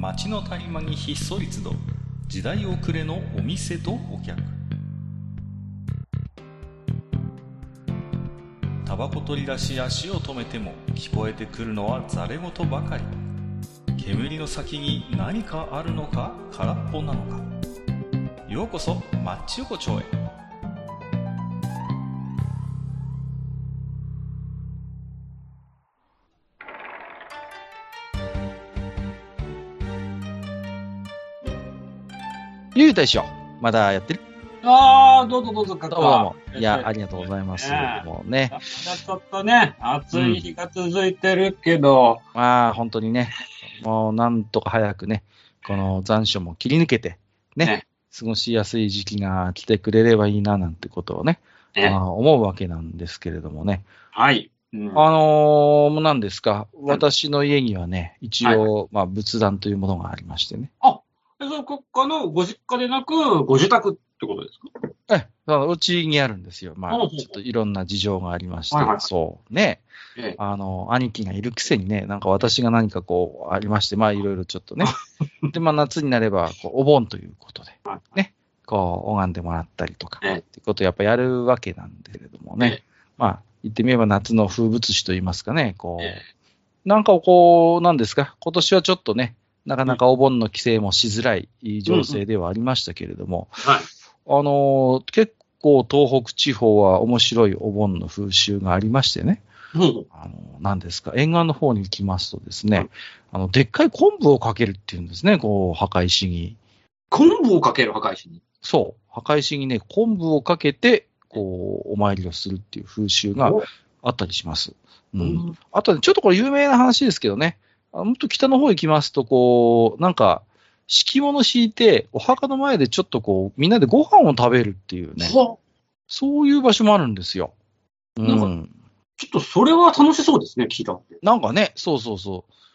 街の谷間にひっそり集う時代遅れのお店とお客。タバコ取り出し足を止めても聞こえてくるのはざれ言ばかり。煙の先に何かあるのか空っぽなのか。ようこそマッチ横丁へ。 ゆう大将、まだやってる？ ああ、どうぞどうぞ、 どうも。いや、ありがとうございます。もうね。 ちょっとね、暑い日が続いてるけど。 まあ、本当にね、もうなんとか早くね、この残暑も切り抜けて、ね、過ごしやすい時期が来てくれればいいな、なんてことをね、思うわけなんですけれどもね。 はい。 何ですか、私の家にはね、一応、まあ、仏壇というものがありましてね。 その国家のご実家でなく、ご自宅ってことですか？ うちにあるんですよ。まあ、ちょっといろんな事情がありまして、そうね。兄貴がいるくせにね、なんか私が何かこうありまして、まあいろいろちょっとね。で、まあ夏になれば、お盆ということで、ね、こう、拝んでもらったりとか、っていうことをやっぱやるわけなんだけれどもね。まあ、言ってみれば夏の風物詩といいますかね、こう、なんかこう、なんですか、今年はちょっとね、なかなかお盆の帰省もしづらい情勢ではありましたけれども、結構東北地方は面白いお盆の風習がありましてね、何ですか、沿岸の方に行きますとですね、でっかい昆布をかけるっていうんですね、こう、墓石に。 昆布をかける墓石に？ そう、墓石にね、昆布をかけて、こう、お参りをするっていう風習があったりします。あとね、ちょっとこれ有名な話ですけどね、もっと北の方行きますと、こう、なんか、敷物敷いて、お墓の前でちょっとこう、みんなでご飯を食べるっていうね、そういう場所もあるんですよ。 ちょっとそれは楽しそうですね、聞いたって。 なんかね、そう。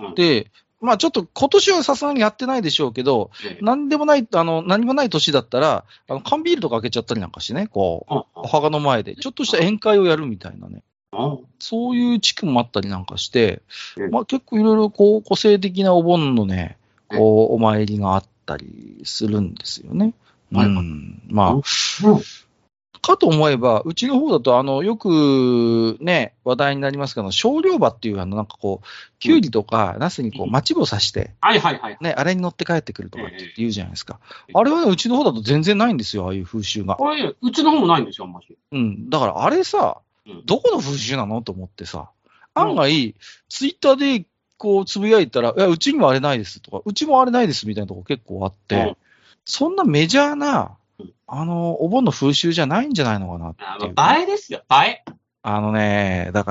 で、まあちょっと今年はさすがにやってないでしょうけど、何もない年だったら、缶ビールとか開けちゃったりなんかしてね、こう、お墓の前で、ちょっとした宴会をやるみたいなね。そういう地区もあったりなんかして、まあ結構いろいろこう個性的なお盆のね、こうお参りがあったりするんですよね。まあ、かと思えば、うちの方だとよくね、話題になりますけど、少量馬っていうなんかこう、キュウリとかナスにこう、待ち棒さして、ね、あれに乗って帰ってくるとかって言うじゃないですか。あれはね、うちの方だと全然ないんですよ、ああいう風習が。 うちの方もないんですよ、あんまし。 だからあれさ、どこの風習なのと思ってさ、案外、ツイッターでこうつぶやいたら、いや、うちにもあれないですとか、うちもあれないですみたいなとこ結構あって、そんなメジャーな、お盆の風習じゃないんじゃないのかなっていう。 映えですよ、映え。だから、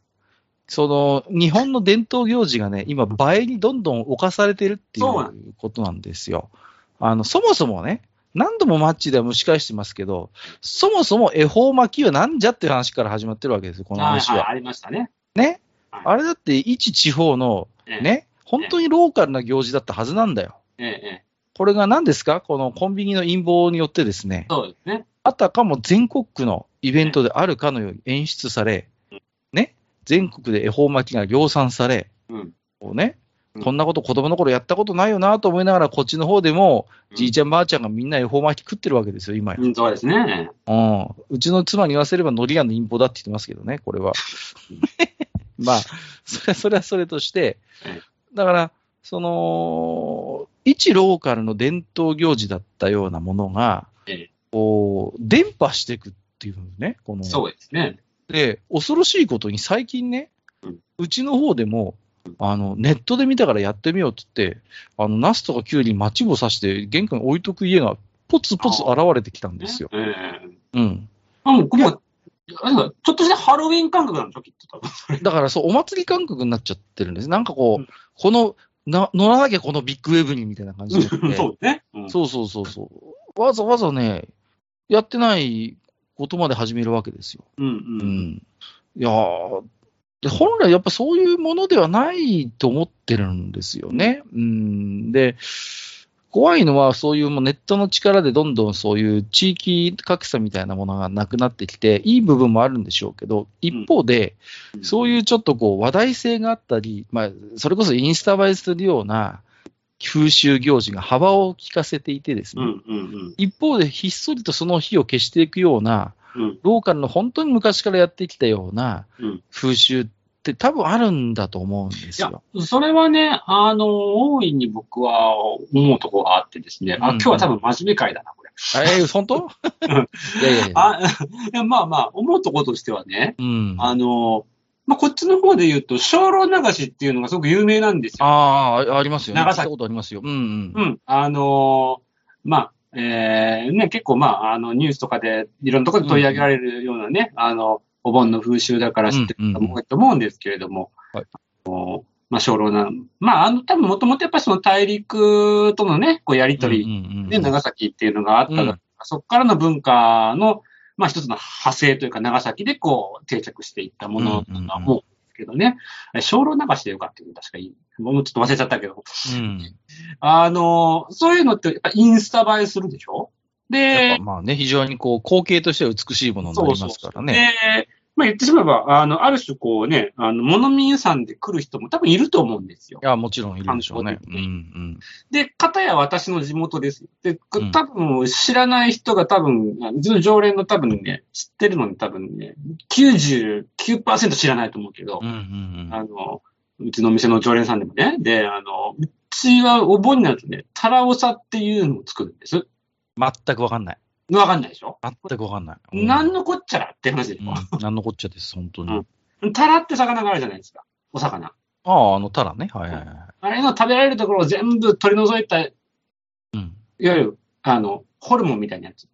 日本の伝統行事がね、今、映えにどんどん侵されてるっていうことなんですよ。そもそもね、何度もマッチでは蒸し返してますけど、そもそも恵方巻きはなんじゃっていう話から始まってるわけですよ、この話は。 ありましたね。 ね。あれだって一地方の、ね、本当にローカルな行事だったはずなんだよ。これが何ですか？このコンビニの陰謀によってですね、あたかも全国区のイベントであるかのように演出され、ね、全国で恵方巻きが量産され、こうね、こんなこと子供の頃やったことないよなと思いながら、こっちの方でも、じいちゃんばあちゃんがみんな恵方巻き食ってるわけですよ、今や。 そうですね。 うちの妻に言わせれば、海苔屋の陰謀だって言ってますけどね、これは。まあ、それはそれとして、だから、一ローカルの伝統行事だったようなものが、こう、伝播していくっていうね、 そうですね。 で、恐ろしいことに最近ね、うちの方でも、ネットで見たからやってみようって言って、ナスとかキュウリに待ち棒刺して玄関に置いとく家がポツポツ現れてきたんですよ。 ちょっとしたハロウィン感覚なんでしょ、きっと。 だからそう、お祭り感覚になっちゃってるんです。なんかこう、乗らなきゃこのビッグウェブにみたいな感じで。 そうね。 そう。わざわざね、やってないことまで始めるわけですよ。いやー、本来やっぱそういうものではないと思ってるんですよね。で、怖いのはそういうもうネットの力でどんどんそういう地域格差みたいなものがなくなってきて、いい部分もあるんでしょうけど、一方で、そういうちょっとこう話題性があったり、まあ、それこそインスタ映えするような、 風習行事が幅を利かせていてですね、一方でひっそりとその火を消していくような、ローカルの本当に昔からやってきたような風習って多分あるんだと思うんですよ。 いや、それはね、大いに僕は思うところがあってですね、今日は多分真面目会だな、これ。 本当いやいや。 まあまあ、思うところとしてはね、こっちの方で言うと、精霊流しっていうのがすごく有名なんですよ。 ありますよね。 長崎。 聞いたことありますよ。 結構ニュースとかで、いろんなところで取り上げられるようなね、お盆の風習だから知ってる方も多いと思うんですけれども、精霊多分もともとやっぱりその大陸とのね、こうやりとりで長崎っていうのがあったから、そこからの文化の、一つの派生というか長崎でこう定着していったものだとは思うんですけどね。精霊流しでよかっていうの確かに、もうちょっと忘れちゃったけど。そういうのってやっぱインスタ映えするでしょで、 非常にこう光景としては美しいものになりますからね。 言ってしまえば、ある種こうね、物見湯山で来る人も多分いると思うんですよ。 いや、もちろんいるでしょうね。 で、片や私の地元です。で、多分知らない人が多分、うちの常連の多分ね、知ってるのに多分ね、99% 知らないと思うけど、うちのお店の常連さんでもね、で、うちはお盆になるとね、タラオサっていうのを作るんです。 全くわかんない。 わかんないでしょ？ 全くわかんない。 何のこっちゃらって話でしょ？ 何のこっちゃです、本当に。 タラって魚があるじゃないですか。お魚。 タラね。はいはいはい。 あれの食べられるところを全部取り除いた、いわゆる、ホルモンみたいなやつ。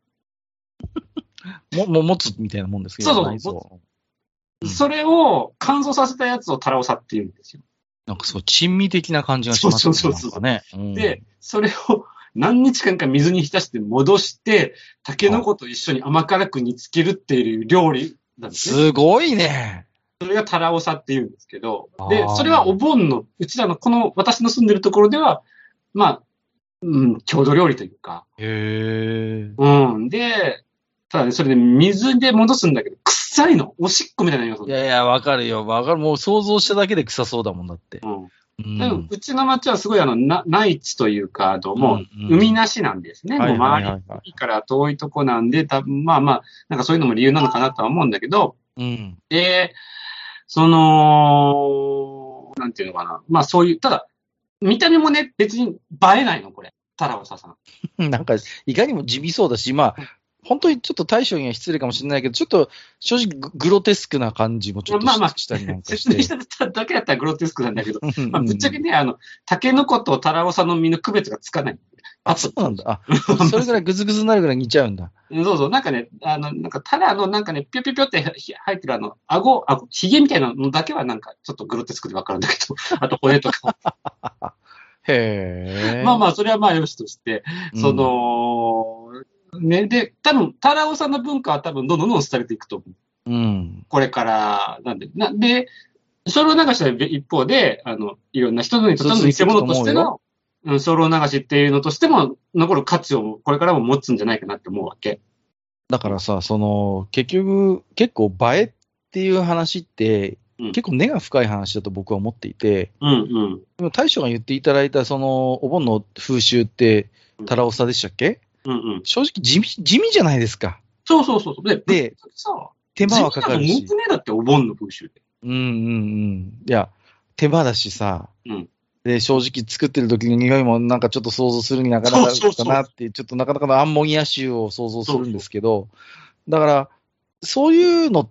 持つみたいなもんですけど。 それを乾燥させたやつをタラオサって言うんですよ。 なんかそう、珍味的な感じがしますね。 で、それを何日間か水に浸して戻して、タケノコと一緒に甘辛く煮つけるっていう料理なんですね。 すごいね。 それがタラオサって言うんですけど、で、それはお盆の、うちらの私の住んでるところでは、郷土料理というか。で、ただね、それで水で戻すんだけど、臭いの。おしっこみたいな要素。 いや、わかるよ。もう想像しただけで臭そうだもんだって。 うちの町はすごい内地というか、もう海なしなんですね。もう周りから遠いとこなんで、多分なんかそういうのも理由なのかなとは思うんだけど、で、なんていうのかな。そういう、ただ、見た目もね、別に映えないの、これ。タラオサさん。なんか、いかにも地味そうだし、本当にちょっと大将には失礼かもしれないけど、ちょっと正直グロテスクな感じもちょっとしたりなんかして。 説明しただけだったらグロテスクなんだけど、ぶっちゃけね、タケノコとタラオサの実の区別がつかない。 そうなんだ。それぐらいグズグズになるぐらい煮ちゃうんだ。 そう。なんかね、タラのなんかね、ぴょぴょぴょって入ってるヒゲみたいなのだけはなんかちょっとグロテスクでわかるんだけど、あと骨とか。 へー。それはよしとして、で、多分、タラオさんの文化は多分、どんどん伝えていくと思う。これから、で、精霊流しは一方で、いろんな人のにとっての偽物としての、精霊流しっていうのとしても、残る価値をこれからも持つんじゃないかなって思うわけ。 だからさ、結局、結構映えっていう話って、結構根が深い話だと僕は思っていて、でも大将が言っていただいた、お盆の風習って、タラオサでしたっけ？正直地味じゃないですか。 そう。 で、手間はかかるし。 地味なのねだってお盆の風習で。 いや、手間だしさ。で、正直作ってる時の匂いもなんかちょっと想像するになかなかかなって、ちょっとなかなかのアンモニア臭を想像するんですけど、だから、そういうのって、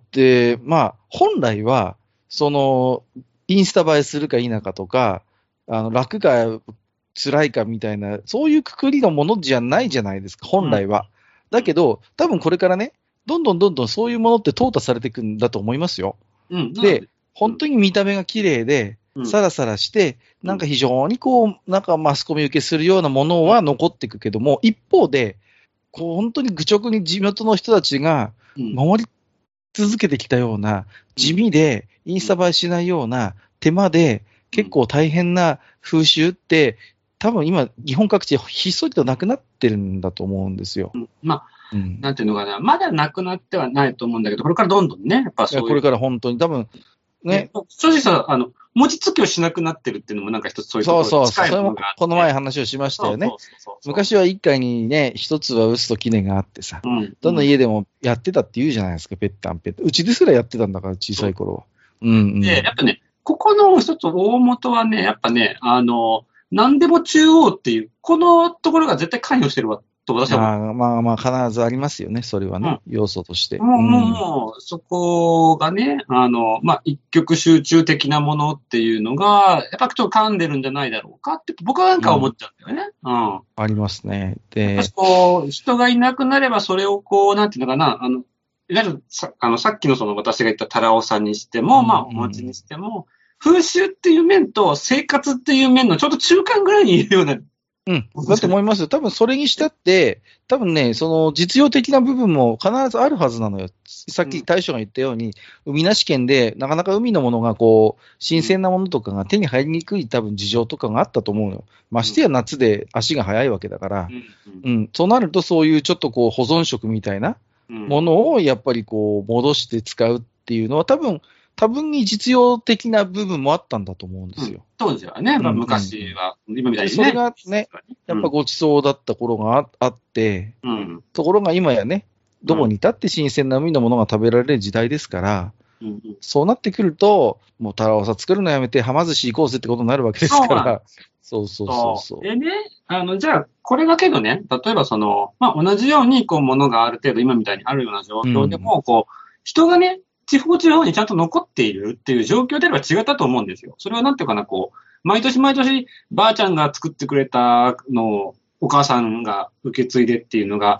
本来は、インスタ映えするか否かとか、楽か辛いかみたいな、そういうくくりのものじゃないじゃないですか、本来は。だけど、多分これからね、どんどんそういうものって淘汰されていくんだと思いますよ。で、本当に見た目が綺麗で、サラサラして、なんか非常になんかマスコミ受けするようなものは残っていくけども、一方で、本当に愚直に地元の人たちが守り続けてきたような、地味でインスタ映えしないような手間で結構大変な風習って、多分今、日本各地ひっそりとなくなってるんだと思うんですよ。 なんていうのかな、まだなくなってはないと思うんだけど、これからどんどんね、やっぱそういう。 これから本当に多分、ね。 正直さ、 餅つきをしなくなってるっていうのもなんか一つそういうところそう近いものがあって。 それもこの前話をしましたよね。昔は一家にね、一つは臼と杵があってさ、どの家でもやってたって言うじゃないですか、ペッタンペッタン。うちですらやってたんだから、小さい頃は。 で、やっぱね、ここの一つ大元はね、やっぱね、何でも中央っていう、このところが絶対関与してるわ、と私は思う。 まあ、必ずありますよね、それはね、要素として。 もう、そこがね、一極集中的なものっていうのが、やっぱちょっと噛んでるんじゃないだろうかって、僕はなんか思っちゃうんだよね。 ありますね。で、 人がいなくなれば、それをなんていうのかな、いわゆるさっきの私が言ったタラオさんにしても、お餅にしても、風習っていう面と生活っていう面のちょっと中間ぐらいにいるような。 だと思いますよ。多分それにしたって、多分ね、その実用的な部分も必ずあるはずなのよ。さっき大将が言ったように、海なし県でなかなか海のものが新鮮なものとかが手に入りにくい多分事情とかがあったと思うよ。ましてや夏で足が早いわけだから、そうなるとそういうちょっと保存食みたいなものをやっぱり戻して使うっていうのは多分に実用的な部分もあったんだと思うんですよ。 当時はね、昔は、今みたいにね。 それがね、やっぱごちそうだった頃があって、ところが今やね、どこにいたって新鮮な海のものが食べられる時代ですから、そうなってくると、もうタラオサ作るのやめて、はま寿司行こうぜってことになるわけですから。そう。 でね、じゃあ、これだけどね、例えば同じようにものがある程度今みたいにあるような状況でも、人がね、地方にちゃんと残っているっていう状況であれば違ったと思うんですよ。それはなんていうかな、毎年毎年、ばあちゃんが作ってくれたのをお母さんが受け継いでっていうのが、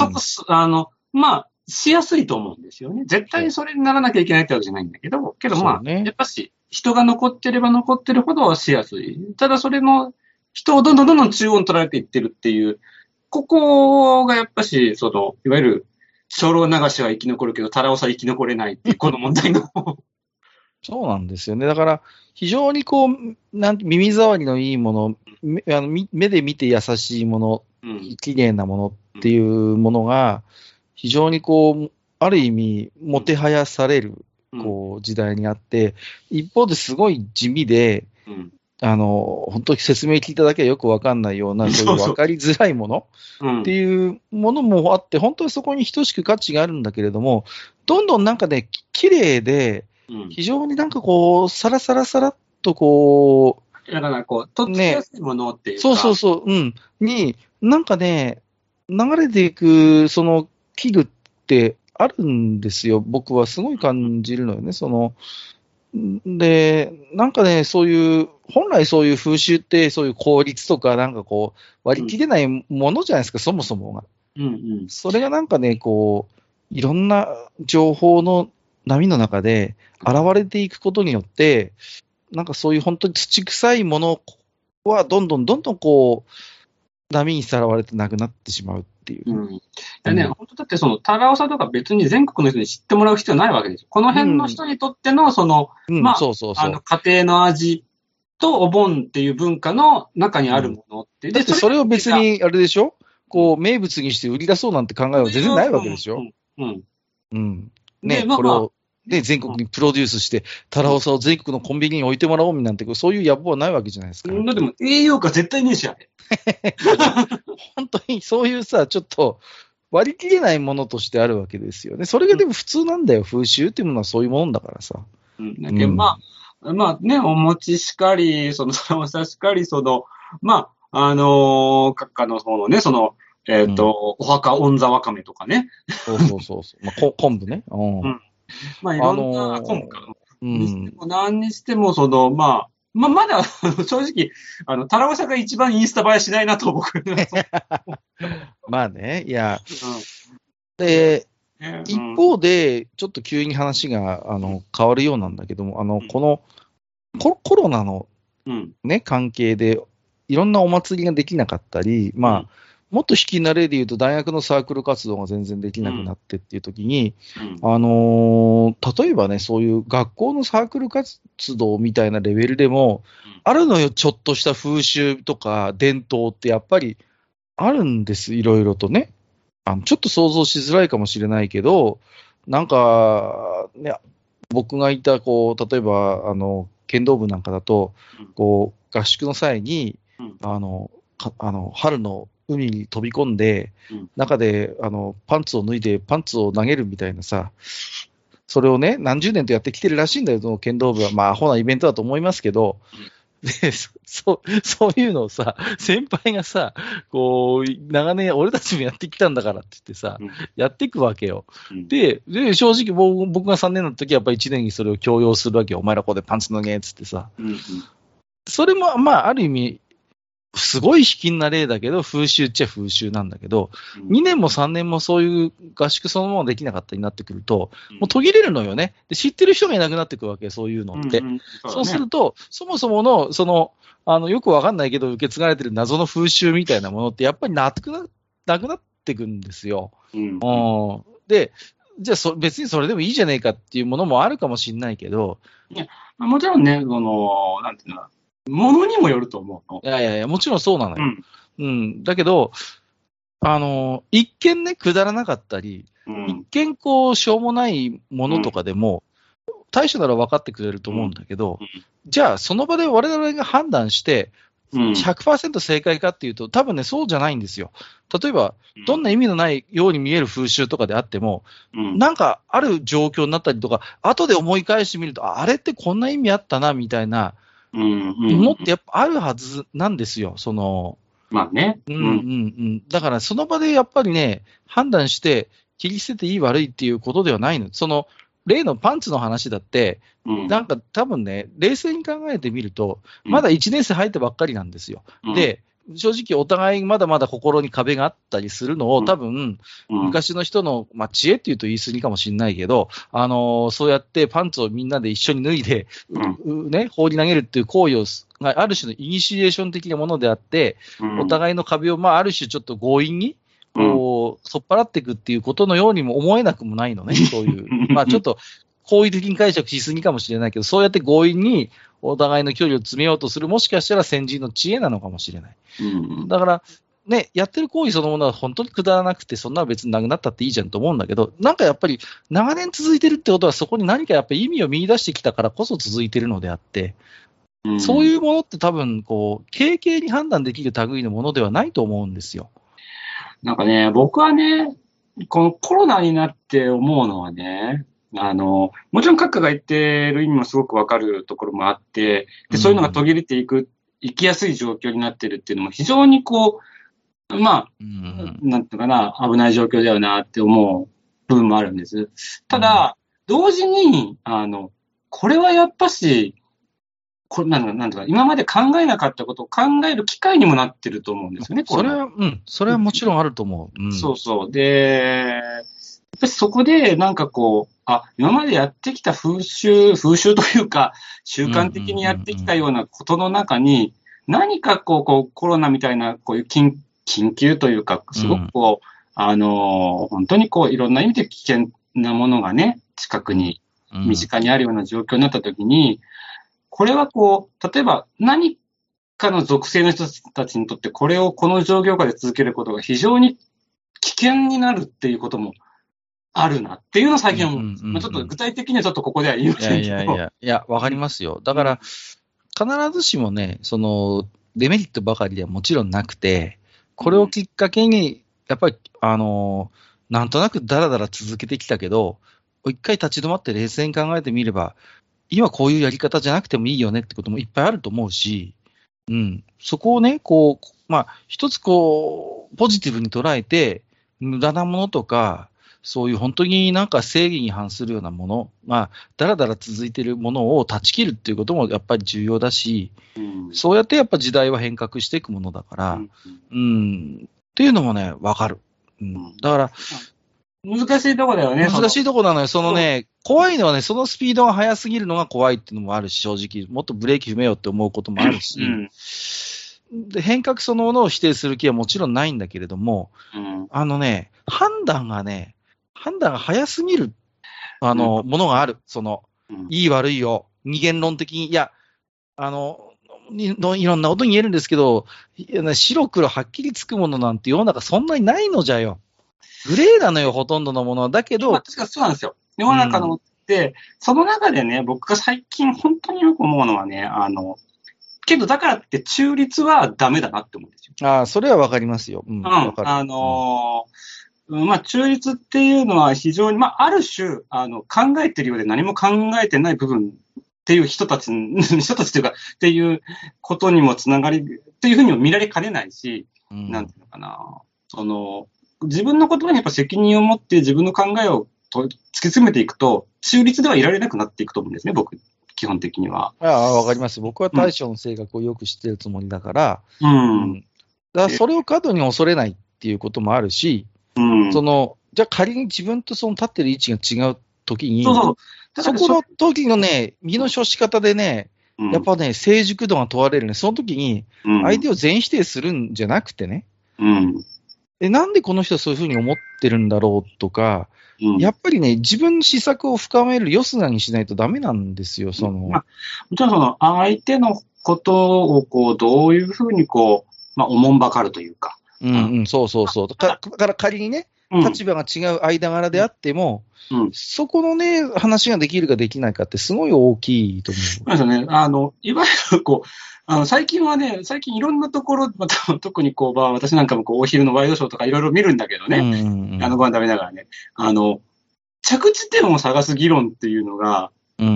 しやすいと思うんですよね。絶対にそれにならなきゃいけないってわけじゃないんだけど、やっぱし、人が残ってれば残ってるほどしやすい。ただそれの、人をどんどん中央に取られていってるっていう、ここがやっぱし、いわゆる、精霊流しは生き残るけど、タラオサ生き残れないっていう、この問題の。 そうなんですよね。だから、非常に耳障りのいいもの、目で見て優しいもの、綺麗なものっていうものが、非常にある意味、もてはやされる、時代にあって、一方ですごい地味で、本当に説明聞いただけはよくわかんないような、そういうわかりづらいものっていうものもあって、本当にそこに等しく価値があるんだけれども、どんどんなんかね、綺麗で、非常になんかサラサラサラっとだからとっつきやすいものっていうか。 そう、に、なんかね、流れていく、その器具ってあるんですよ。僕はすごい感じるのよね。で、なんかね、本来そういう風習って、そういう効率とか、なんか割り切れないものじゃないですか、そもそもが。それがなんかね、いろんな情報の波の中で現れていくことによって、なんかそういう本当に土臭いものは、どんどん波にさらわれてなくなってしまうっていう。 本当だってタラオサとか別に全国の人に知ってもらう必要ないわけですよ。この辺の人にとっての、家庭の味とお盆っていう文化の中にあるものっていう。 だってそれを別に、あれでしょ名物にして売り出そうなんて考えは全然ないわけでしょね、これを、全国にプロデュースして、タラオサを全国のコンビニに置いてもらおうなんて、そういう野望はないわけじゃないですか。 でも栄養価絶対ねえし、あれ。 本当にそういうちょっと割り切れないものとしてあるわけですよね。それがでも普通なんだよ。風習っていうものはそういうものだからさ。 だけどお餅しかり、タラオサしかり、閣下の方のね、お墓オンザワカメとかね。 そう。昆布ね。 いろんな昆布か。何にしても、まだ、正直、タラオサが一番インスタ映えしないなと僕。 まあね、いや。で、一方で、ちょっと急に話が、変わるようなんだけども、このコロナのね、関係で、いろんなお祭りができなかったり、もっと引き慣れで言うと、大学のサークル活動が全然できなくなってっていう時に、例えばね、そういう学校のサークル活動みたいなレベルでも、あるのよ、ちょっとした風習とか伝統ってやっぱりあるんです、いろいろとね。ちょっと想像しづらいかもしれないけど、なんか、ね、僕がいた、例えば、 剣道部なんかだと、こう、合宿の際に、春の海に飛び込んで、中で、パンツを脱いで、パンツを投げるみたいなさ、それをね、何十年とやってきてるらしいんだよ、その剣道部は。まあ、アホなイベントだと思いますけど、で、そういうのをさ、先輩がさ、こう、長年俺たちもやってきたんだからって言ってさ、やっていくわけよ。で、正直僕が3年の時はやっぱり1年にそれを強要するわけよ。お前らここでパンツ脱げっつってさ。それも、まあ、ある意味、すごい卑近な例だけど、風習っちゃ風習なんだけど、2年も3年もそういう合宿そのままできなかったになってくると、もう途切れるのよね。で、知ってる人がいなくなってくるわけ、そういうのって。そうすると、そもそもの、よくわかんないけど受け継がれてる謎の風習みたいなものって、やっぱりなくなってくんですよ。で、じゃあ別にそれでもいいじゃねえかっていうものもあるかもしれないけど。 いや、もちろんね、なんていうの、ものにもよると思うの。 いや、もちろんそうなのよ。だけど、一見ね、くだらなかったり、一見こう、しょうもないものとかでも、対処なら分かってくれると思うんだけど、じゃあ、その場で我々が判断して、100% 正解かっていうと、多分ね、そうじゃないんですよ。例えば、どんな意味のないように見える風習とかであっても、なんかある状況になったりとか、後で思い返してみると、あれってこんな意味あったな、みたいな、ものってやっぱあるはずなんですよ、 まあね。 だからその場でやっぱりね、判断して切り捨てていい悪いっていうことではないの。例のパンツの話だって、なんか多分ね、冷静に考えてみると、まだ1年生入ったばっかりなんですよ。で、正直お互いまだまだ心に壁があったりするのを多分、昔の人の、まあ、知恵っていうと言い過ぎかもしれないけど、そうやってパンツをみんなで一緒に脱いで、ね、放り投げるっていう行為がある種のイニシエーション的なものであって、お互いの壁を、まあ、ある種ちょっと強引に、こう、取っ払っていくっていうことのようにも思えなくもないのね、そういう。まあ、ちょっと、好意的に解釈しすぎかもしれないけど、そうやって強引にお互いの距離を詰めようとする、もしかしたら先人の知恵なのかもしれない。だから、ね、やってる行為そのものは本当にくだらなくて、そんなの別になくなったっていいじゃんと思うんだけど、なんかやっぱり長年続いてるってことは、そこに何かやっぱり意味を見出してきたからこそ続いてるのであって、そういうものって多分、こう、軽々に判断できる類のものではないと思うんですよ。 なんかね、僕はね、このコロナになって思うのはね、もちろん閣下が言ってる意味もすごくわかるところもあって、で、そういうのが途切れて行きやすい状況になってるっていうのも非常にこう、まあ、なんていうかな、危ない状況だよなって思う部分もあるんです。ただ、同時に、これはやっぱし、なんとか、今まで考えなかったことを考える機会にもなってると思うんですよね、 それはもちろんあると思う。 そうそう。で、やっぱりそこで、なんかこう、今までやってきた風習というか、習慣的にやってきたようなことの中に、何かこうコロナみたいな、こういう緊急というか、すごくこう、本当にこう、いろんな意味で危険なものがね、近くに、身近にあるような状況になったときに、これはこう、例えば何かの属性の人たちにとって、この状況下で続けることが非常に危険になるっていうこともあるなっていうのを最近思うんです。ちょっと具体的にはちょっとここでは言いませんけど。 いや、わかりますよ。だから、必ずしもね、デメリットばかりではもちろんなくて、これをきっかけに、やっぱり、なんとなくだらだら続けてきたけど、一回立ち止まって冷静に考えてみれば、今こういうやり方じゃなくてもいいよねってこともいっぱいあると思うし、そこをね、こう、まあ、一つこう、ポジティブに捉えて、無駄なものとか、そういう本当になんか正義に反するようなもの、まあ、だらだら続いているものを断ち切るっていうこともやっぱり重要だし、そうやってやっぱ時代は変革していくものだから、っていうのもね、わかる。だから、 難しいとこだよね。 難しいとこなのよ。怖いのはね、そのスピードが速すぎるのが怖いっていうのもあるし、正直、もっとブレーキ踏めよって思うこともあるし、で変革そのものを否定する気はもちろんないんだけれども、判断が速すぎる、ものがある。いい悪いを二元論的に、いや、いろんなことに言えるんですけど、白黒はっきりつくものなんて世の中そんなにないのじゃよ。グレーなのよ、ほとんどのものは。だけど。 確かそうなんですよ。世の中のっで、その中でね、僕が最近本当によく思うのはね、けどだからって中立はダメだなって思うんですよ。 ああ、それはわかりますよ。わかる。 まあ、中立っていうのは非常に、まあ、ある種、考えてるようで何も考えてない部分っていう人たちというか、っていうことにもつながり、っていうふうにも見られかねないし、なんていうのかな、自分の言葉にやっぱ責任を持って自分の考えを突き詰めていくと、中立ではいられなくなっていくと思うんですね、僕、基本的には。 わかります。僕は大将の性格をよく知ってるつもりだから、だからそれを過度に恐れないっていうこともあるし、じゃあ仮に自分とその立ってる位置が違うときに、そこの時のね、身の処し方でね、やっぱね、成熟度が問われるね。その時に、相手を全否定するんじゃなくてね、なんでこの人はそういうふうに思ってるんだろうとか、やっぱりね、自分の思索を深めるよすなにしないとダメなんですよ、 もちろん相手のことをどういうふうにおもんばかるというか。 そう。だから仮にね、立場が違う間柄であっても、そこのね、話ができるかできないかってすごい大きいと思う。 そうですね。いわゆる最近いろんなところ、特に私なんかもお昼のワイドショーとかいろいろ見るんだけどね。ご飯食べながらね。着地点を探す議論っていうのが、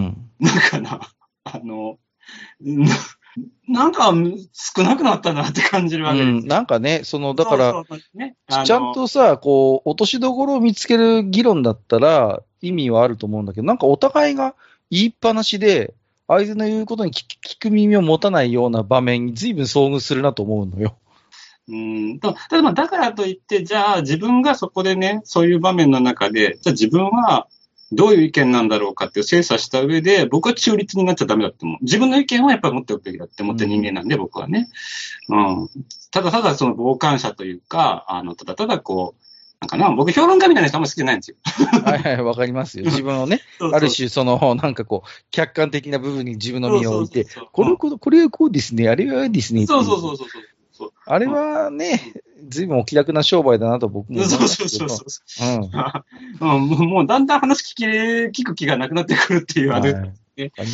なんか少なくなったなって感じるわけです。 なんかね、だから、ちゃんとさ、落としどころを見つける議論だったら意味はあると思うんだけど、なんかお互いが言いっぱなしで、相手の言うことに聞く耳を持たないような場面に随分遭遇するなと思うのよ。 ただだからといって、じゃあ自分がそこでね、そういう場面の中で、じゃあ自分はどういう意見なんだろうかって精査した上で、僕は中立になっちゃダメだって思う。自分の意見はやっぱり持っておくべきだって思ってる人間なんで、僕はね。ただ傍観者というか、ただ僕評論家みたいな人あんまり好きじゃないんですよ。 はい、わかりますよ。自分をね、ある種客観的な部分に自分の身を置いて、これはこうですね、あれはですね。あれはね、ずいぶんお気楽な商売だなと僕も思いますけど。 もうだんだん話聞く気がなくなってくるっていうあれ。 わかります。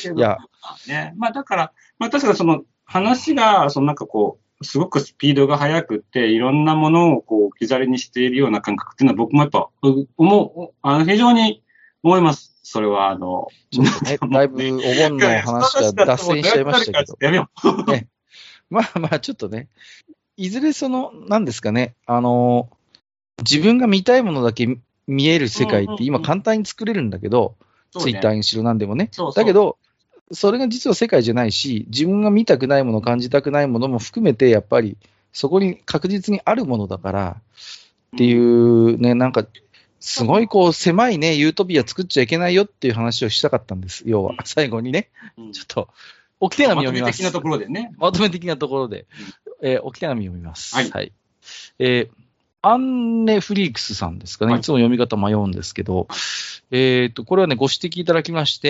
いや。だから、確かに話が、すごくスピードが速くって、いろんなものを置き去りにしているような感覚っていうのは僕もやっぱ、非常に思います。それは、 ちょっとね、だいぶお盆の話が脱線しちゃいましたけど。 やめよう。 ね、ちょっとね、いずれ何ですかね、自分が見たいものだけ見える世界って今簡単に作れるんだけど、ツイッターにしろなんでもね。だけど、それが実は世界じゃないし、自分が見たくないもの、感じたくないものも含めて、やっぱりそこに確実にあるものだからっていうね、すごい狭いね、ユートピア作っちゃいけないよっていう話をしたかったんです。要は、最後にね。ちょっと、置き手紙を読みます。 まとめ的なところでね。 まとめ的なところで。置き手紙を読みます。 はい。 はい。アンネフリークスさんですかね。いつも読み方迷うんですけど、これはね、ご指摘いただきまして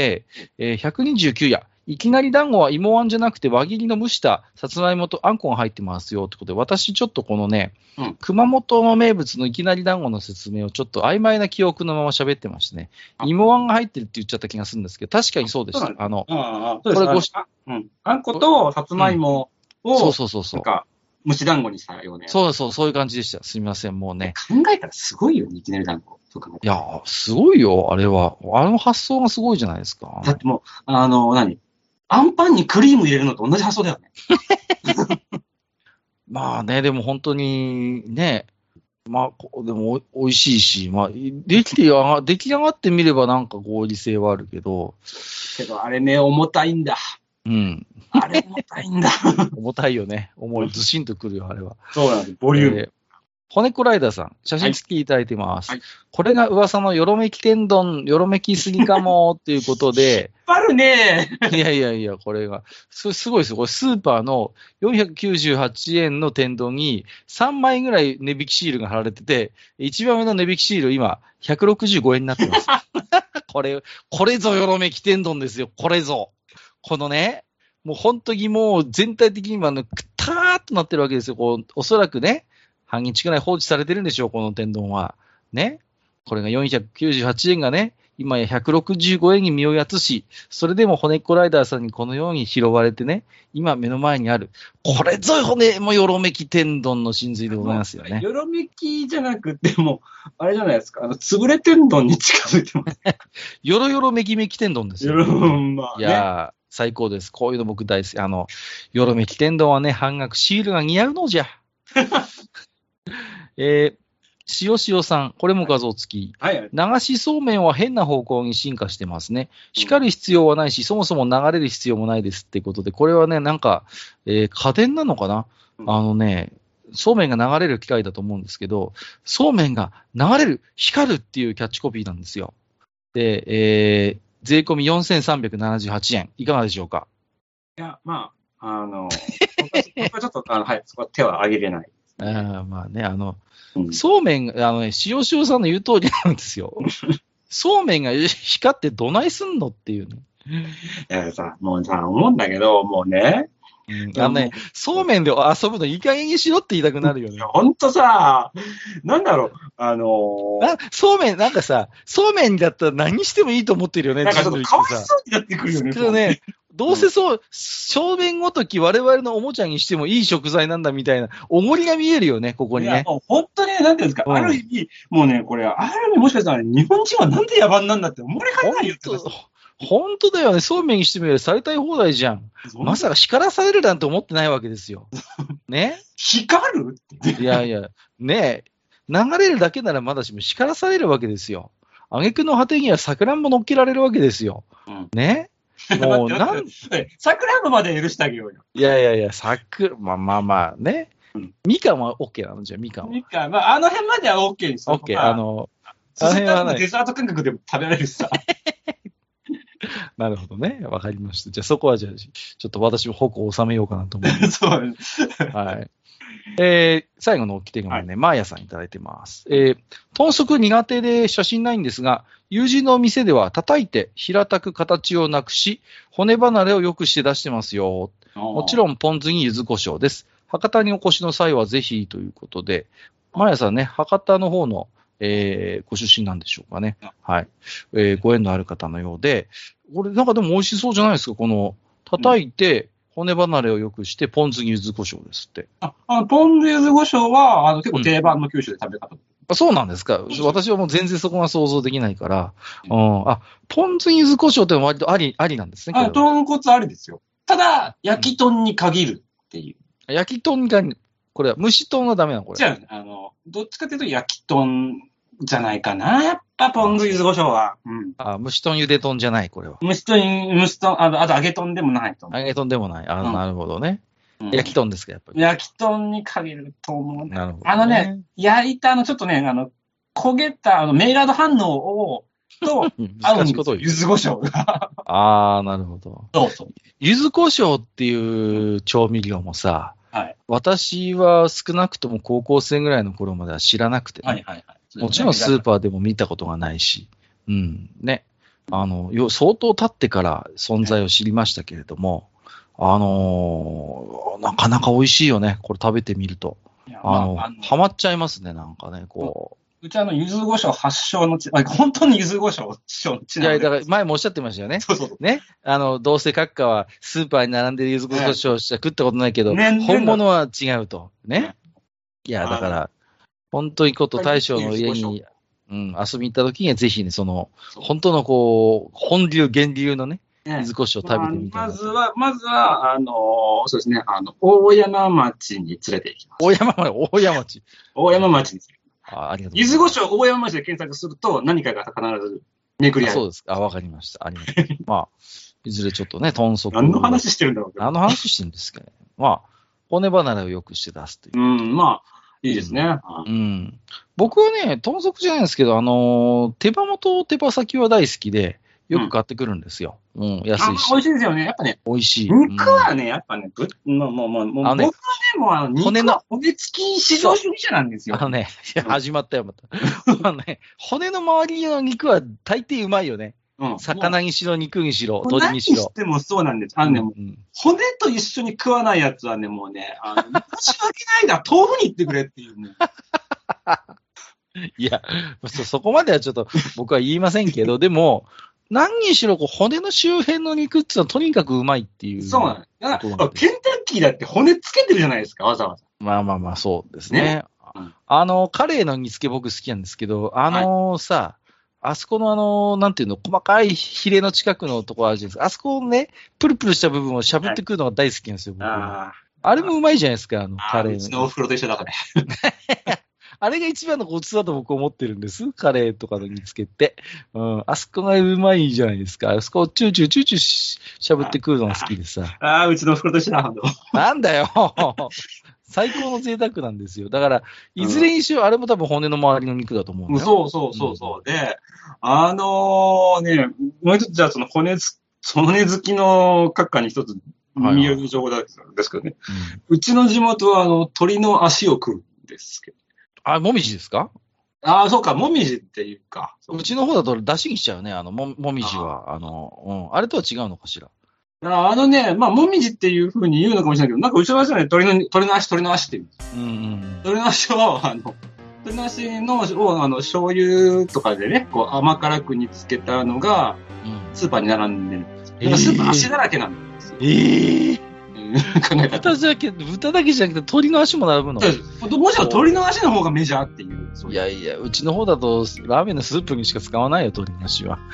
、129夜。いきなり団子は芋あんじゃなくて輪切りの蒸したさつまいもとあんこが入ってますよってことで、私ちょっとこのね、熊本の名物のいきなり団子の説明をちょっと曖昧な記憶のまま喋ってましてね、芋あんが入ってるって言っちゃった気がするんですけど、確かにそうでした。 これあんことさつまいもを、そう。蒸し団子にしたような。 そういう感じでした。すみません、もうね。 考えたらすごいよね、いきなり団子。 いや、すごいよ、あれは。発想がすごいじゃないですか。 だってもう、アンパンにクリーム入れるのと同じ発想だよね。 まあね、でも本当にね、でも美味しいし、出来上がってみれば合理性はあるけど。 あれね、重たいんだ。あれ重たいんだ。 重たいよね。ずしんとくるよ、あれは。 そうなんです、ボリューム。 骨子ライダーさん、写真付きいただいてます。これが噂のよろめき天丼、よろめきすぎかもっていうことで。 引っ張るね。 いや、これが。すごいですよ。これスーパーの498円の天丼に3枚ぐらい値引きシールが貼られてて、一番目の値引きシール今165円になってます。これぞよろめき天丼ですよ。これぞ。このね、もう本当にもう全体的に今くたーっとなってるわけですよ。おそらくね。半日くらい放置されてるんでしょう、この天丼は。ね。これが498円がね、 今や165円に身をやつし、それでも骨っこライダーさんにこのように拾われてね、今目の前にある、これぞ骨もよろめき天丼の真髄でございますよね。 よろめきじゃなくても、あれじゃないですか、潰れ天丼に近づいてます。 よろよろめきめき天丼ですよ。 まあね、 いやー、最高です。こういうの僕大好き。よろめき天丼はね、半額シールが似合うのじゃ。塩さん、これも画像付き。 はいはい、 流しそうめんは変な方向に進化してますね。光る必要はないし、そもそも流れる必要もないですってことで、これはね、なんか、家電なのかな、そうめんが流れる機械だと思うんですけど、そうめんが流れる、光るっていうキャッチコピーなんですよ。で、税込み4378円。いかがでしょうか？ いや、まあ、僕はちょっと、はい、そこは手は挙げれない。 まあね、そうめん、塩さんの言う通りなんですよ。そうめんが光ってどないすんのっていうね。 いやさ、もうさ、思うんだけど、もうね。 そうめんで遊ぶのいい加減にしろって言いたくなるよね。 ほんとさ、なんだろう、 そうめん、なんかさ、そうめんだったら何してもいいと思ってるよね。 なんかちょっとかわいそうになってくるよね。 どうせそうめんごとき我々のおもちゃにしてもいい食材なんだみたいな、おごりが見えるよね、ここにね。いや、 もう本当に、なんていうんですか、ある意味、もうね、これ、ある意味もしかしたら、日本人はなんで野蛮なんだって思われかねないよって。 本当だよね。そうめんにしてみればされたい放題じゃん。まさか光らされるなんて思ってないわけですよ。ね。 光るって。 いやいや、ねえ。流れるだけならまだしも光らされるわけですよ。挙句の果てには桜も乗っけられるわけですよ。ね。もう桜もまで許してあげようよ。 いやいや、まあね。みかんは OK なのじゃ、みかんは。 みかん、まあ、あの辺までは OK ですよ。 OK。 そしたらデザート感覚でも食べられるしさ。 なるほどね。わかりました。じゃあそこはちょっと私も矛を収めようかなと思います。 そうです。 はい。最後の置き手紙ね、マーヤさんいただいてます。豚足苦手で写真ないんですが、友人の店では叩いて平たく形をなくし、骨離れを良くして出してますよ。もちろんポン酢に柚子胡椒です。博多にお越しの際はぜひということで、マーヤさんね、博多の方のご出身なんでしょうかね。はい。ご縁のある方のようで、これなんかでも美味しそうじゃないですか、この、叩いて、骨離れを良くして、ポン酢に柚子胡椒ですって。 ポン酢柚子胡椒は、結構定番の九州で食べ方。 そうなんですか。私はもう全然そこが想像できないから。ポン酢に柚子胡椒って割とありなんですね。 豚骨ありですよ。ただ、焼き豚に限るっていう。 焼き豚が、これは蒸し豚はダメなのこれ。 じゃあ、どっちかというと焼き豚じゃないかな。やっぱポン酢柚子胡椒は。 蒸し豚ゆで豚じゃない、これは。 蒸し豚、あと揚げ豚でもないと思う。 揚げ豚でもない。なるほどね。焼き豚ですか、やっぱり。 焼き豚に限ると思う。 なるほど。 焼いたちょっとね、焦げた、メイラード反応と、合うんですよ。柚子胡椒が。 なるほど。 そう。 柚子胡椒っていう調味料もさ、 はい、 私は少なくとも高校生ぐらいの頃までは知らなくて、ね、もちろんスーパーでも見たことがないし、ね。相当経ってから存在を知りましたけれども、なかなか美味しいよね。これ食べてみると。ハマっちゃいますね、なんかね、こう。 うち柚子胡椒発祥の地、本当に柚子胡椒発祥の地なんで。 いや、だから前もおっしゃってましたよね。 そう。 ね。どうせ閣下はスーパーに並んでる柚子胡椒しか食ったことないけど、本物は違うと。ね。いや、だから、本当に大将の家に、遊びに行った時にはぜひね、本当の本流、源流のね、柚子胡椒を食べてみたいな。 まずは、そうですね、大山町に連れて行きます。 大山町。 大山町に連れて行きます。 ありがとうございます。 柚子胡椒大山町で検索すると何かが必ずめくり合う。 そうですか。わかりました。ありがとうございます。まあ、いずれちょっとね、豚足。 何の話してるんだろう。 何の話してるんですかね。まあ、骨離れを良くして出すという。 まあ、いいですね。 僕はね、豚足じゃないんですけど、手羽元、手羽先は大好きで、よく買ってくるんですよ。安いし。 美味しいですよね。やっぱね。 美味しい。 肉はね、やっぱね、僕はね、肉は骨付き至上主義者なんですよ。 始まったよ、また。骨の周りの肉は大抵うまいよね。魚にしろ、肉にしろ、鶏にしろ。 何してもそうなんです。骨と一緒に食わないやつはね、もうね、申し訳ないが、豆腐に行ってくれっていう。 いや、そこまではちょっと僕は言いませんけど、でも、何にしろ骨の周辺の肉っていうのはとにかくうまいっていう。 そうなんです。ケンタッキーだって骨つけてるじゃないですか、わざわざ。 まあ、そうですね。 ね、 カレーの煮付け僕好きなんですけど、さ、あそこのなんていうの、細かいヒレの近くのところあるじゃないですか。あそこのね、プルプルした部分をしゃぶってくるのが大好きなんですよ、僕は。あれもうまいじゃないですか、カレーの。 うちのお風呂と一緒だから。 あれが一番のコツだと僕思ってるんです。カレーとかの煮付けって。あそこがうまいじゃないですか。あそこをチューチューしゃぶってくるのが好きでさ。 うちのお風呂と一緒だ。 なんだよ。最高の贅沢なんですよ。だから、いずれにしろ、あれも多分骨の周りの肉だと思うんだよ。そう。で、もう一つ、じゃあ骨好きの閣下に一つ見える情報ですけどね。うちの地元は鳥の足を食うんですけど。 もみじですか？ そうか、もみじっていうか。 うちの方だと出しにしちゃうね、もみじは。あれとは違うのかしら。 もみじっていう風に言うのかもしれないけど、なんかうちの話はね、鳥の足って言うんです。鳥の足を、鳥の足を、醤油とかでね、こう甘辛く煮つけたのが、スーパーに並んでるんです。スーパー足だらけなんですよ。考えたら。 豚だけじゃなくて鳥の足も並ぶの？ もちろん鳥の足の方がメジャーっていう。 いや、うちの方だとラーメンのスープにしか使わないよ、鳥の足は。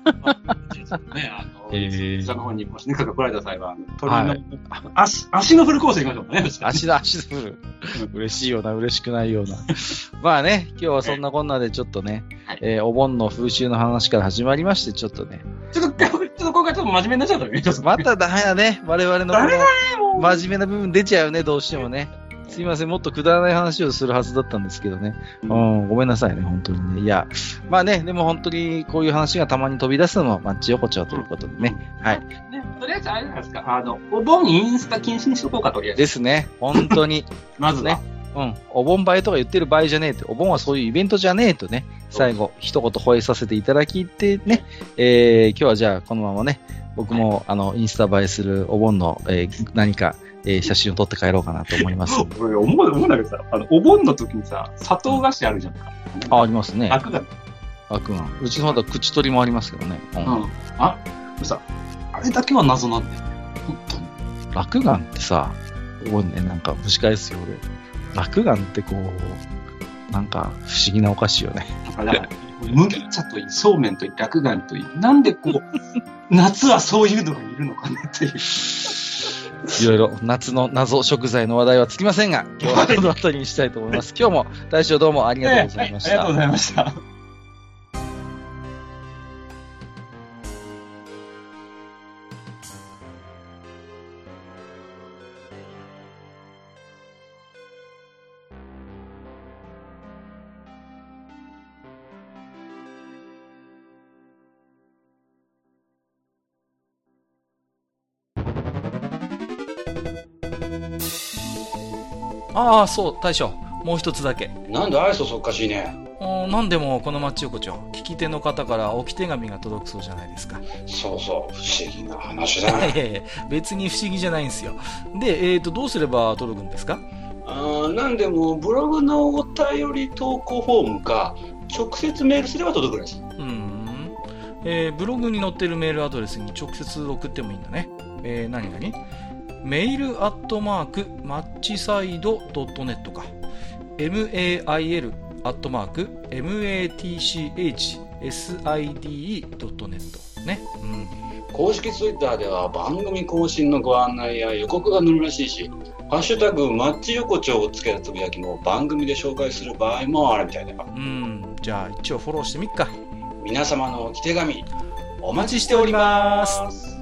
下の方にもしね、来られた際は、鳥の足のフルコース行きましょうね。 足のフル。嬉しいような、嬉しくないような。まあね、今日はそんなこんなでちょっとね、お盆の風習の話から始まりまして、ちょっとね。 ちょっと今回ちょっと真面目になっちゃったね。 またダメだね。我々の真面目な部分出ちゃうね、どうしてもね。すいません、もっとくだらない話をするはずだったんですけどね。ごめんなさいね、本当にね。いや、まあね、でも本当にこういう話がたまに飛び出すのも、マッチ横丁ということでね。はい。 とりあえずあれじゃないですか、お盆インスタ禁止にしとこうか、とりあえず。 ですね、本当に。 まずね。 お盆映えとか言ってる場合じゃねえと、お盆はそういうイベントじゃねえとね、最後、一言吠えさせていただきってね、今日はじゃあこのままね、僕もインスタ映えするお盆の、何か、写真を撮って帰ろうかなと思います。 俺思うんだけどさ、お盆の時にさ、砂糖菓子あるじゃんか。 ありますね。 落雁。 うちの方だと口取りもありますけどね。 あれだけは謎なんだよ。本当に。 落雁ってさ、なんか蒸し返すようで。落雁ってこう、なんか不思議なお菓子よね。 だから麦茶といい、そうめんといい、落雁といい。なんでこう、夏はそういうのがいるのかねっていう。 いろいろ夏の謎食材の話題はつきませんが、今日はこの辺りにしたいと思います。今日も大将どうもありがとうございました。 ありがとうございました。 そう、大将。もう一つだけ。 なんで愛想そっかしいね。 なんでもこのマッチ横丁、聞き手の方から置き手紙が届くそうじゃないですか。 そうそう、不思議な話だね。 別に不思議じゃないんですよ。で、どうすれば届くんですか？ なんでもブログのお便り投稿フォームか、直接メールすれば届くんです。 ブログに載ってるメールアドレスに直接送ってもいいんだね。何メールアットマークマッチサイドドットネットか mail アットマーク matchside ドットネットね。 公式ツイッターでは番組更新のご案内や予告が載るらしいし、ハッシュタグマッチ横丁をつけたつぶやきも番組で紹介する場合もあるみたいだよ。 じゃあ一応フォローしてみっか。 皆様のお手紙お待ちしております。